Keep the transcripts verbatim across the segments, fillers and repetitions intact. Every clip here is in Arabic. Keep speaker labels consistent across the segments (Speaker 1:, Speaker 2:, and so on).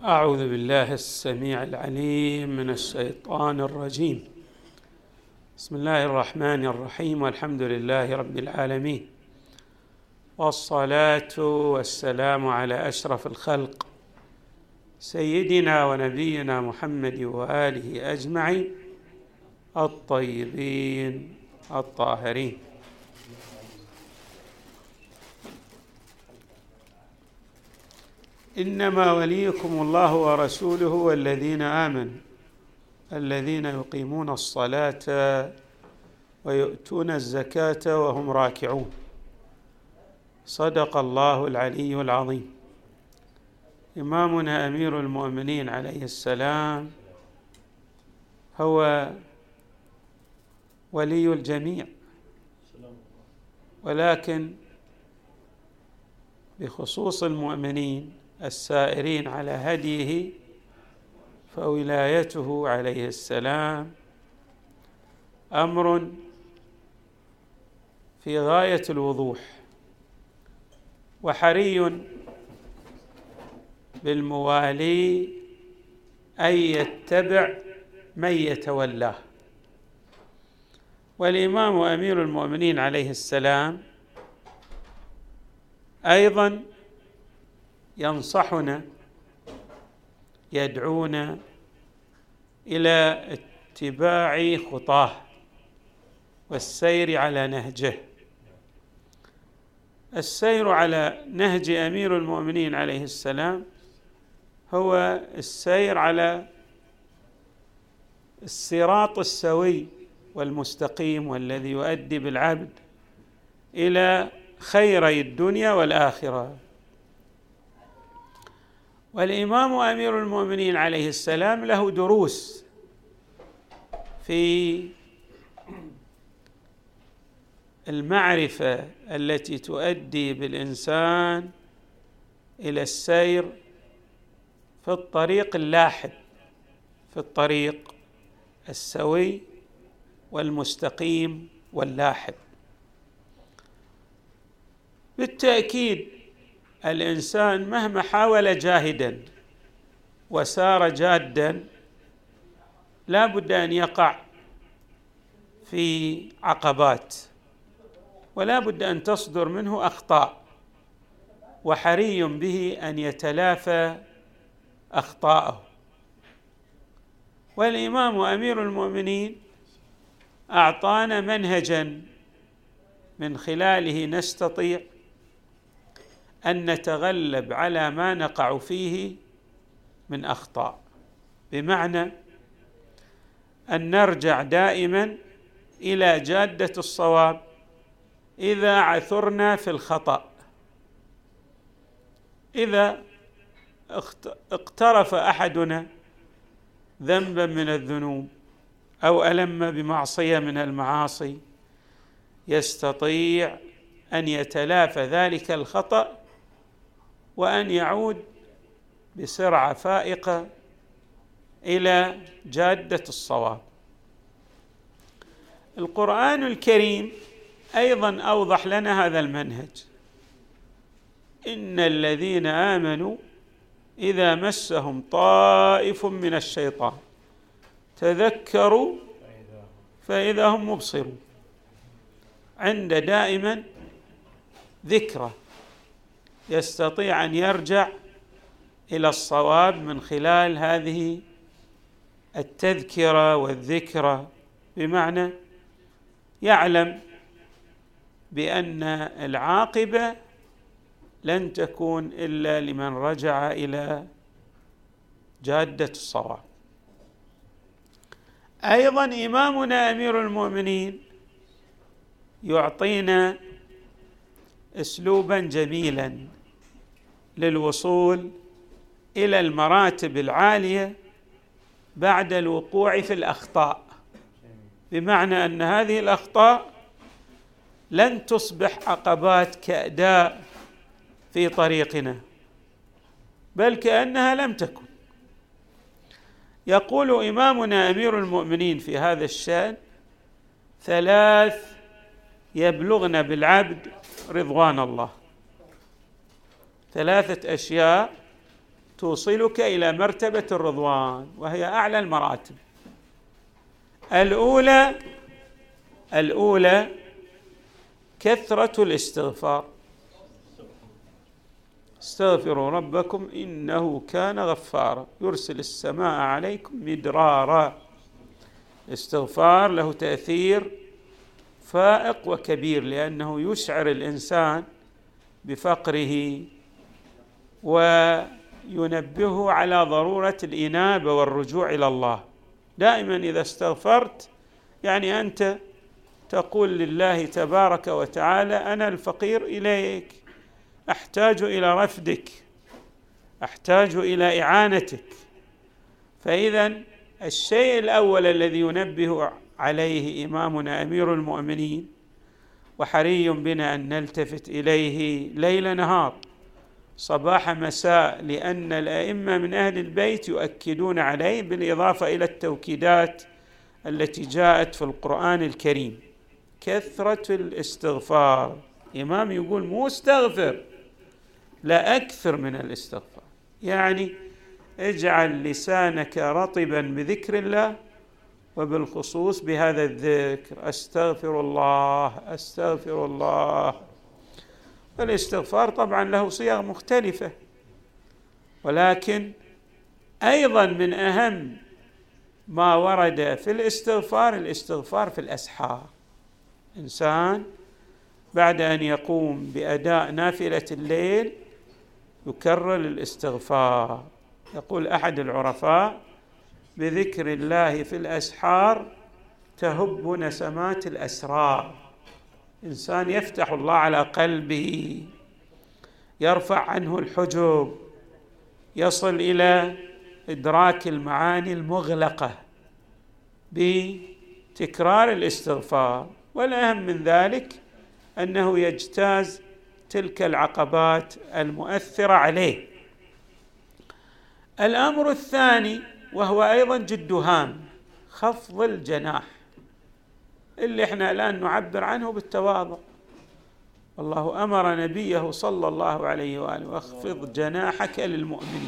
Speaker 1: أعوذ بالله السميع العليم من الشيطان الرجيم. بسم الله الرحمن الرحيم، والحمد لله رب العالمين، والصلاة والسلام على أشرف الخلق سيدنا ونبينا محمد وآله أجمعين الطيبين الطاهرين. إنما وليكم الله ورسوله والذين آمنوا الذين يقيمون الصلاة ويؤتون الزكاة وهم راكعون. صدق الله العلي العظيم. إمامنا أمير المؤمنين عليه السلام هو ولي الجميع، ولكن بخصوص المؤمنين السائرين على هديه فولايته عليه السلام أمر في غاية الوضوح، وحري بالموالي أن يتبع من يتولاه. والإمام أمير المؤمنين عليه السلام أيضا ينصحنا، يدعونا إلى اتباع خطاه والسير على نهجه. السير على نهج أمير المؤمنين عليه السلام هو السير على الصراط السوي والمستقيم، والذي يؤدي بالعبد إلى خيري الدنيا والآخرة. والإمام أمير المؤمنين عليه السلام له دروس في المعرفة التي تؤدي بالإنسان إلى السير في الطريق اللاحق، في الطريق السوي والمستقيم واللاحق. بالتأكيد الإنسان مهما حاول جاهدا وسار جادا لا بد أن يقع في عقبات، ولا بد أن تصدر منه أخطاء، وحري به أن يتلافى أخطاءه. والإمام أمير المؤمنين أعطانا منهجا من خلاله نستطيع أن نتغلب على ما نقع فيه من أخطاء، بمعنى أن نرجع دائما إلى جادة الصواب إذا عثرنا في الخطأ. إذا اقترف أحدنا ذنبا من الذنوب أو ألم بمعصية من المعاصي يستطيع أن يتلافى ذلك الخطأ وأن يعود بسرعة فائقة إلى جادة الصواب. القرآن الكريم أيضا أوضح لنا هذا المنهج. إن الذين آمنوا إذا مسهم طائف من الشيطان تذكروا فإذا هم مبصرون. عند دائما ذكرى يستطيع أن يرجع إلى الصواب من خلال هذه التذكرة والذكرى، بمعنى يعلم بأن العاقبة لن تكون إلا لمن رجع إلى جادة الصواب. أيضا إمامنا أمير المؤمنين يعطينا أسلوبا جميلا للوصول إلى المراتب العالية بعد الوقوع في الأخطاء، بمعنى أن هذه الأخطاء لن تصبح عقبات كأداء في طريقنا، بل كأنها لم تكن. يقول إمامنا أمير المؤمنين في هذا الشأن: ثلاث يبلغن بالعبد رضوان الله. ثلاثة أشياء توصلك إلى مرتبة الرضوان، وهي أعلى المراتب. الأولى الأولى كثرة الاستغفار. استغفروا ربكم إنه كان غفارا يرسل السماء عليكم مدرارا. الاستغفار له تأثير فائق وكبير، لأنه يشعر الإنسان بفقره وينبهه على ضرورة الإنابة والرجوع إلى الله. دائما إذا استغفرت يعني أنت تقول لله تبارك وتعالى: أنا الفقير إليك، أحتاج إلى رفدك، أحتاج إلى إعانتك. فإذا الشيء الأول الذي ينبه عليه إمامنا أمير المؤمنين، وحري بنا أن نلتفت إليه ليل نهار صباح مساء، لأن الأئمة من أهل البيت يؤكدون عليه، بالإضافة إلى التوكيدات التي جاءت في القرآن الكريم: كثرة الاستغفار. إمام يقول مو استغفر، لا أكثر من الاستغفار، يعني اجعل لسانك رطبا بذكر الله، وبالخصوص بهذا الذكر: أستغفر الله أستغفر الله. الاستغفار طبعا له صيغ مختلفة، ولكن أيضا من أهم ما ورد في الاستغفار الاستغفار في الأسحار. إنسان بعد أن يقوم بأداء نافلة الليل يكرر الاستغفار. يقول أحد العرفاء: بذكر الله في الأسحار تهب نسمات الأسرار. إنسان يفتح الله على قلبه، يرفع عنه الحجب، يصل إلى إدراك المعاني المغلقة بتكرار الاستغفار. والأهم من ذلك أنه يجتاز تلك العقبات المؤثرة عليه. الأمر الثاني وهو أيضا جد هام: خفض الجناح، اللي احنا الآن نعبر عنه بالتواضع. الله أمر نبيه صلى الله عليه وآله: واخفض جناحك للمؤمنين.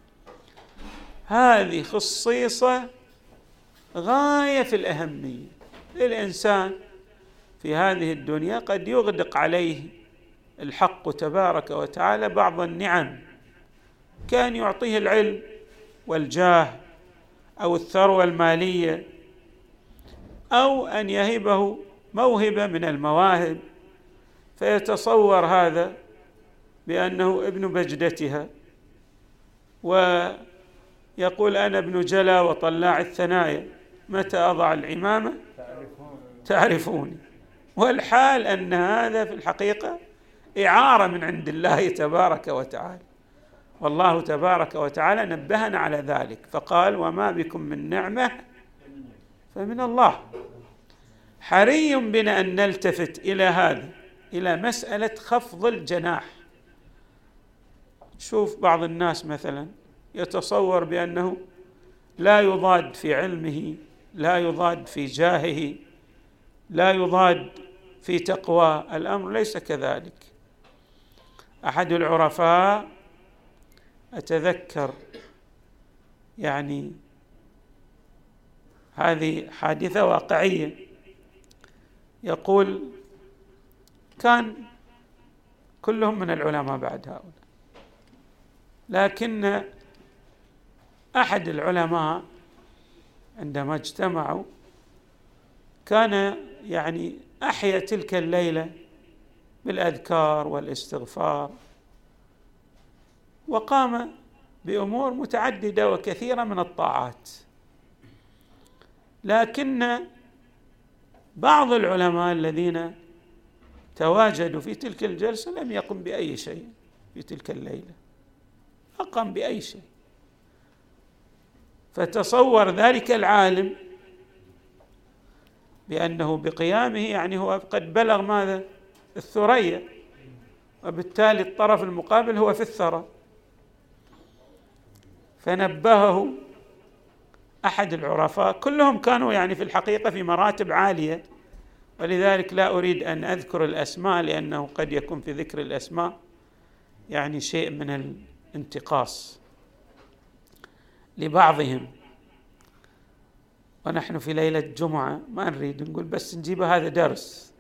Speaker 1: هذه خصيصة غاية في الأهمية. الإنسان في هذه الدنيا قد يغدق عليه الحق تبارك وتعالى بعض النعم، كان يعطيه العلم والجاه أو الثروة المالية، أو أن يهبه موهبة من المواهب، فيتصور هذا بأنه ابن بجدتها، ويقول: أنا ابن جلا وطلاع الثنايا، متى أضع العمامة تعرفوني. والحال أن هذا في الحقيقة إعارة من عند الله تبارك وتعالى، والله تبارك وتعالى نبهنا على ذلك فقال: وما بكم من نعمة فمن الله. حري بنا أن نلتفت إلى هذا، إلى مسألة خفض الجناح. شوف بعض الناس مثلا يتصور بأنه لا يضاد في علمه، لا يضاد في جاهه، لا يضاد في تقوى. الأمر ليس كذلك. أحد العرفاء أتذكر يعني هذه حادثة واقعية، يقول: كان كلهم من العلماء بعد هؤلاء، لكن أحد العلماء عندما اجتمعوا كان يعني أحيا تلك الليلة بالأذكار والاستغفار، وقام بأمور متعددة وكثيرة من الطاعات. لكن بعض العلماء الذين تواجدوا في تلك الجلسة لم يقم بأي شيء في تلك الليلة، ما قام بأي شيء. فتصور ذلك العالم بأنه بقيامه يعني هو قد بلغ ماذا؟ الثريا، وبالتالي الطرف المقابل هو في الثرى. فنبهه أحد العرفاء، كلهم كانوا يعني في الحقيقة في مراتب عالية، ولذلك لا أريد أن أذكر الأسماء لأنه قد يكون في ذكر الأسماء يعني شيء من الانتقاص. لبعضهم، ونحن في ليلة جمعة ما نريد نقول بس نجيب هذا درس،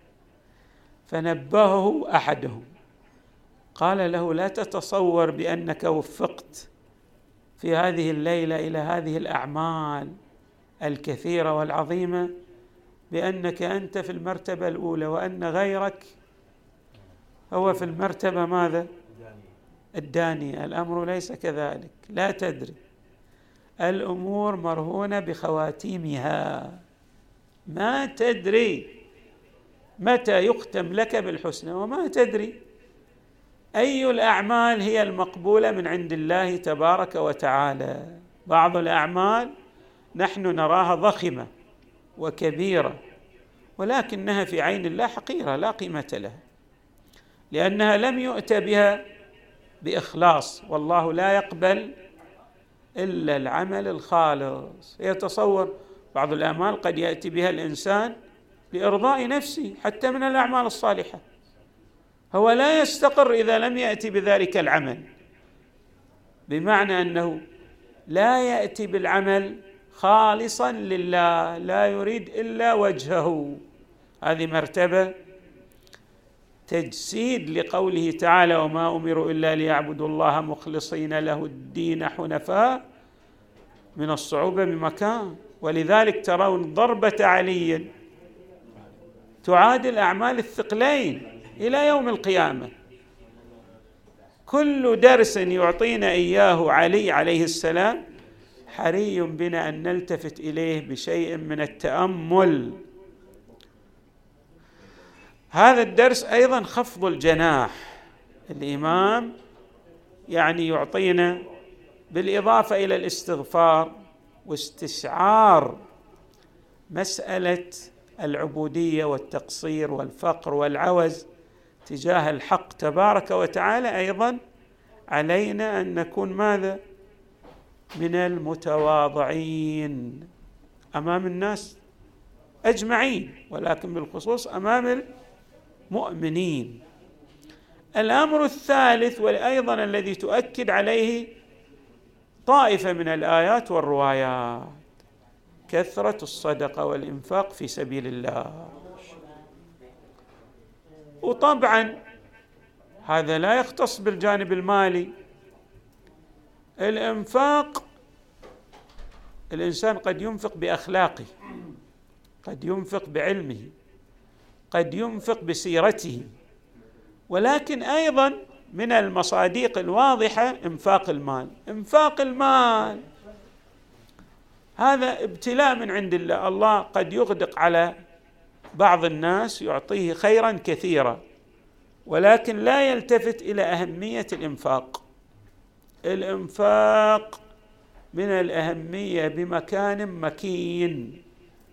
Speaker 1: فنبهه أحدهم قال له: لا تتصور بأنك وفقت في هذه الليلة إلى هذه الأعمال الكثيرة والعظيمة بأنك أنت في المرتبة الأولى، وأن غيرك هو في المرتبة ماذا؟ الدانية. الأمر ليس كذلك، لا تدري، الأمور مرهونة بخواتيمها، ما تدري متى يختم لك بالحسنى، وما تدري أي الأعمال هي المقبولة من عند الله تبارك وتعالى. بعض الأعمال نحن نراها ضخمة وكبيرة، ولكنها في عين الله حقيرة لا قيمة لها، لأنها لم يؤت بها بإخلاص، والله لا يقبل إلا العمل الخالص. يتصور بعض الأعمال قد يأتي بها الإنسان لإرضاء نفسه حتى من الأعمال الصالحة، هو لا يستقر إذا لم يأتي بذلك العمل، بمعنى أنه لا يأتي بالعمل خالصا لله، لا يريد إلا وجهه. هذه مرتبة تجسيد لقوله تعالى: وما أمروا إلا ليعبدوا الله مخلصين له الدين حنفاء، من الصعوبة بمكان. ولذلك ترون ضربة علي تعادل أعمال الثقلين إلى يوم القيامة. كل درس يعطينا إياه علي عليه السلام حري بنا أن نلتفت إليه بشيء من التأمل. هذا الدرس أيضا خفض الجناح، الإمام يعني يعطينا بالإضافة إلى الاستغفار واستشعار مسألة العبودية والتقصير والفقر والعوز تجاه الحق تبارك وتعالى، أيضا علينا أن نكون ماذا؟ من المتواضعين أمام الناس أجمعين، ولكن بالخصوص أمام المؤمنين. الأمر الثالث وأيضا الذي تؤكد عليه طائفة من الآيات والروايات: كثرة الصدقة والإنفاق في سبيل الله. وطبعا هذا لا يختص بالجانب المالي، الإنفاق الإنسان قد ينفق بأخلاقه، قد ينفق بعلمه، قد ينفق بسيرته، ولكن أيضا من المصادق الواضحة إنفاق المال. إنفاق المال هذا ابتلاء من عند الله، الله قد يغدق على بعض الناس يعطيه خيرا كثيرا، ولكن لا يلتفت إلى أهمية الإنفاق. الإنفاق من الأهمية بمكان مكين،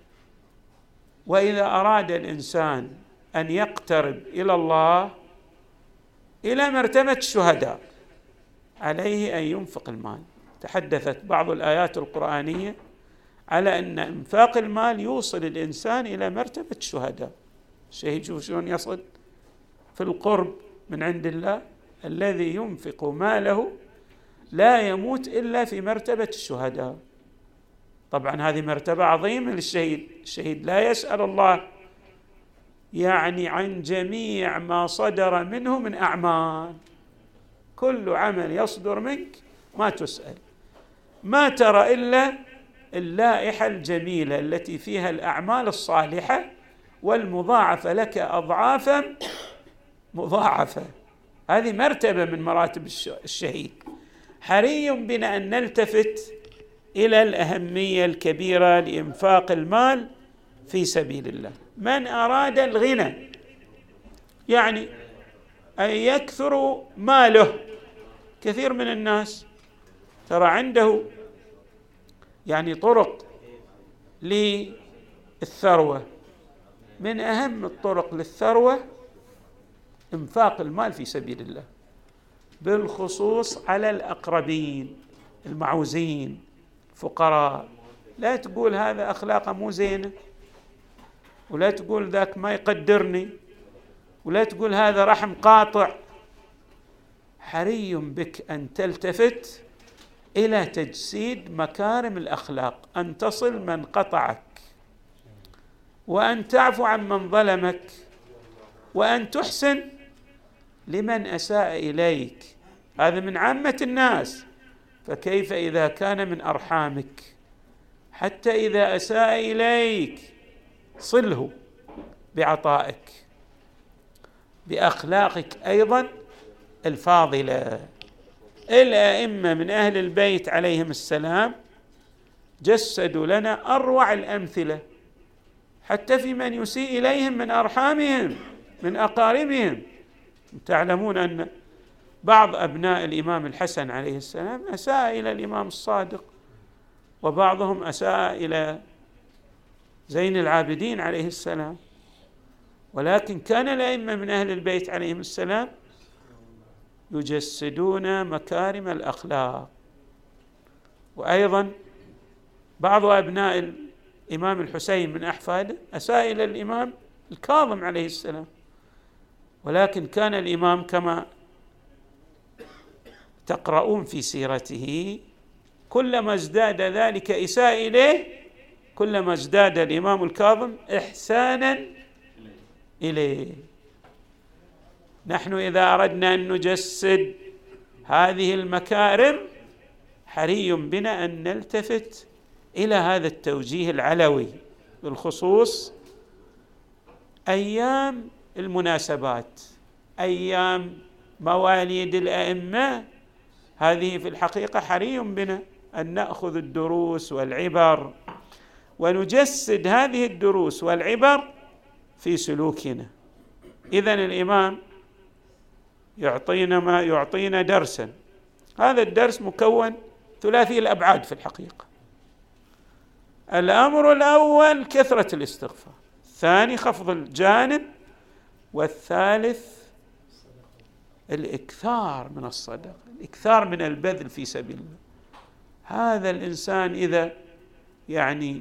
Speaker 1: وإذا أراد الإنسان أن يقترب إلى الله إلى مرتبة الشهداء عليه أن ينفق المال. تحدثت بعض الآيات القرآنية على أن إنفاق المال يوصل الإنسان إلى مرتبة الشهداء. الشهيد شوف شلون يصل في القرب من عند الله، الذي ينفق ماله لا يموت إلا في مرتبة الشهداء. طبعا هذه مرتبة عظيمة للشهيد، الشهيد لا يسأل الله يعني عن جميع ما صدر منه من أعمال، كل عمل يصدر منك ما تسأل، ما ترى إلا اللائحة الجميلة التي فيها الأعمال الصالحة والمضاعفة لك أضعافا مضاعفة. هذه مرتبة من مراتب الشهيد. حري بنا أن نلتفت إلى الأهمية الكبيرة لإنفاق المال في سبيل الله. من أراد الغنى يعني أن يكثر ماله، كثير من الناس ترى عنده يعني طرق للثروة، من أهم الطرق للثروة إنفاق المال في سبيل الله، بالخصوص على الأقربين المعوزين الفقراء. لا تقول هذا أخلاقه مو زينة، ولا تقول ذاك ما يقدرني، ولا تقول هذا رحم قاطع. حري بك أن تلتفت إلى تجسيد مكارم الأخلاق، أن تصل من قطعك، وأن تعفو عن من ظلمك، وأن تحسن لمن أساء إليك. هذا من عامة الناس، فكيف إذا كان من أرحامك؟ حتى إذا أساء إليك صله بعطائك، بأخلاقك أيضا الفاضلة. الأئمة من أهل البيت عليهم السلام جسدوا لنا أروع الأمثلة، حتى في من يسيء إليهم من أرحامهم من أقاربهم. تعلمون أن بعض أبناء الإمام الحسن عليه السلام أساء إلى الإمام الصادق، وبعضهم أساء إلى زين العابدين عليه السلام، ولكن كان الأئمة من أهل البيت عليهم السلام يجسدون مكارم الأخلاق. وأيضا بعض أبناء الإمام الحسين من أحفاده أساء إلى الإمام الكاظم عليه السلام، ولكن كان الإمام كما تقرؤون في سيرته كلما ازداد ذلك إساءة إليه كلما ازداد الإمام الكاظم إحسانا إليه. نحن إذا أردنا أن نجسد هذه المكارم حري بنا أن نلتفت إلى هذا التوجيه العلوي، بالخصوص أيام المناسبات، أيام مواليد الأئمة. هذه في الحقيقة حري بنا أن نأخذ الدروس والعبر ونجسد هذه الدروس والعبر في سلوكنا. إذن الإمام يعطينا ما يعطينا درسا، هذا الدرس مكون ثلاثي الأبعاد في الحقيقة. الأمر الأول كثرة الاستغفار، الثاني خفض الجانب، والثالث الإكثار من الصدقة، الإكثار من البذل في سبيل الله. هذا الإنسان إذا يعني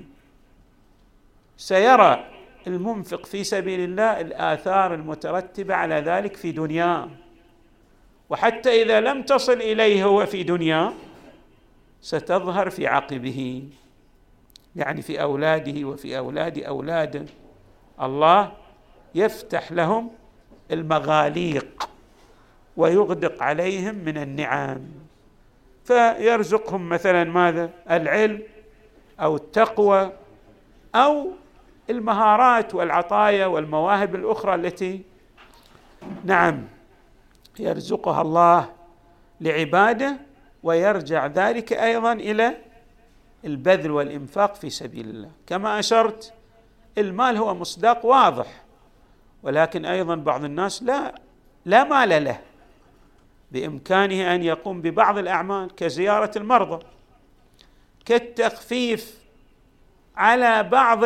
Speaker 1: سيرى المنفق في سبيل الله الآثار المترتبة على ذلك في دنياه، وحتى إذا لم تصل إليه هو في دنياه ستظهر في عقبه، يعني في أولاده وفي أولاد أولاده. الله يفتح لهم المغاليق ويغدق عليهم من النعم، فيرزقهم مثلا ماذا؟ العلم أو التقوى أو المهارات والعطايا والمواهب الأخرى التي نعم يرزقها الله لعباده، ويرجع ذلك أيضا إلى البذل والإنفاق في سبيل الله. كما أشرت المال هو مصداق واضح، ولكن أيضا بعض الناس لا لا مال له، بإمكانه أن يقوم ببعض الأعمال كزيارة المرضى، كالتخفيف على بعض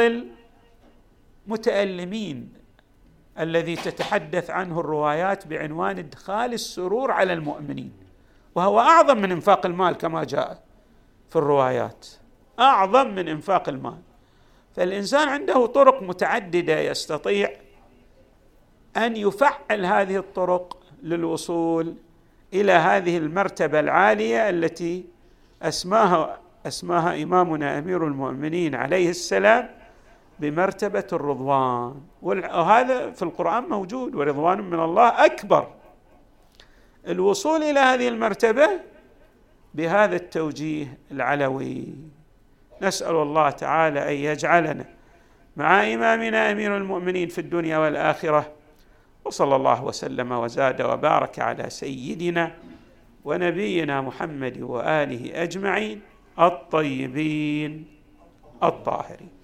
Speaker 1: المتألمين الذي تتحدث عنه الروايات بعنوان إدخال السرور على المؤمنين، وهو أعظم من إنفاق المال كما جاء في الروايات، أعظم من إنفاق المال. فالإنسان عنده طرق متعددة يستطيع أن يفعل هذه الطرق للوصول إلى هذه المرتبة العالية التي أسماها أسماها إمامنا أمير المؤمنين عليه السلام بمرتبة الرضوان، وهذا في القرآن موجود، ورضوان من الله أكبر. الوصول إلى هذه المرتبة بهذا التوجيه العلوي. نسأل الله تعالى أن يجعلنا مع إمامنا أمير المؤمنين في الدنيا والآخرة، وصلى الله وسلم وزاد وبارك على سيدنا ونبينا محمد وآله أجمعين الطيبين الطاهرين.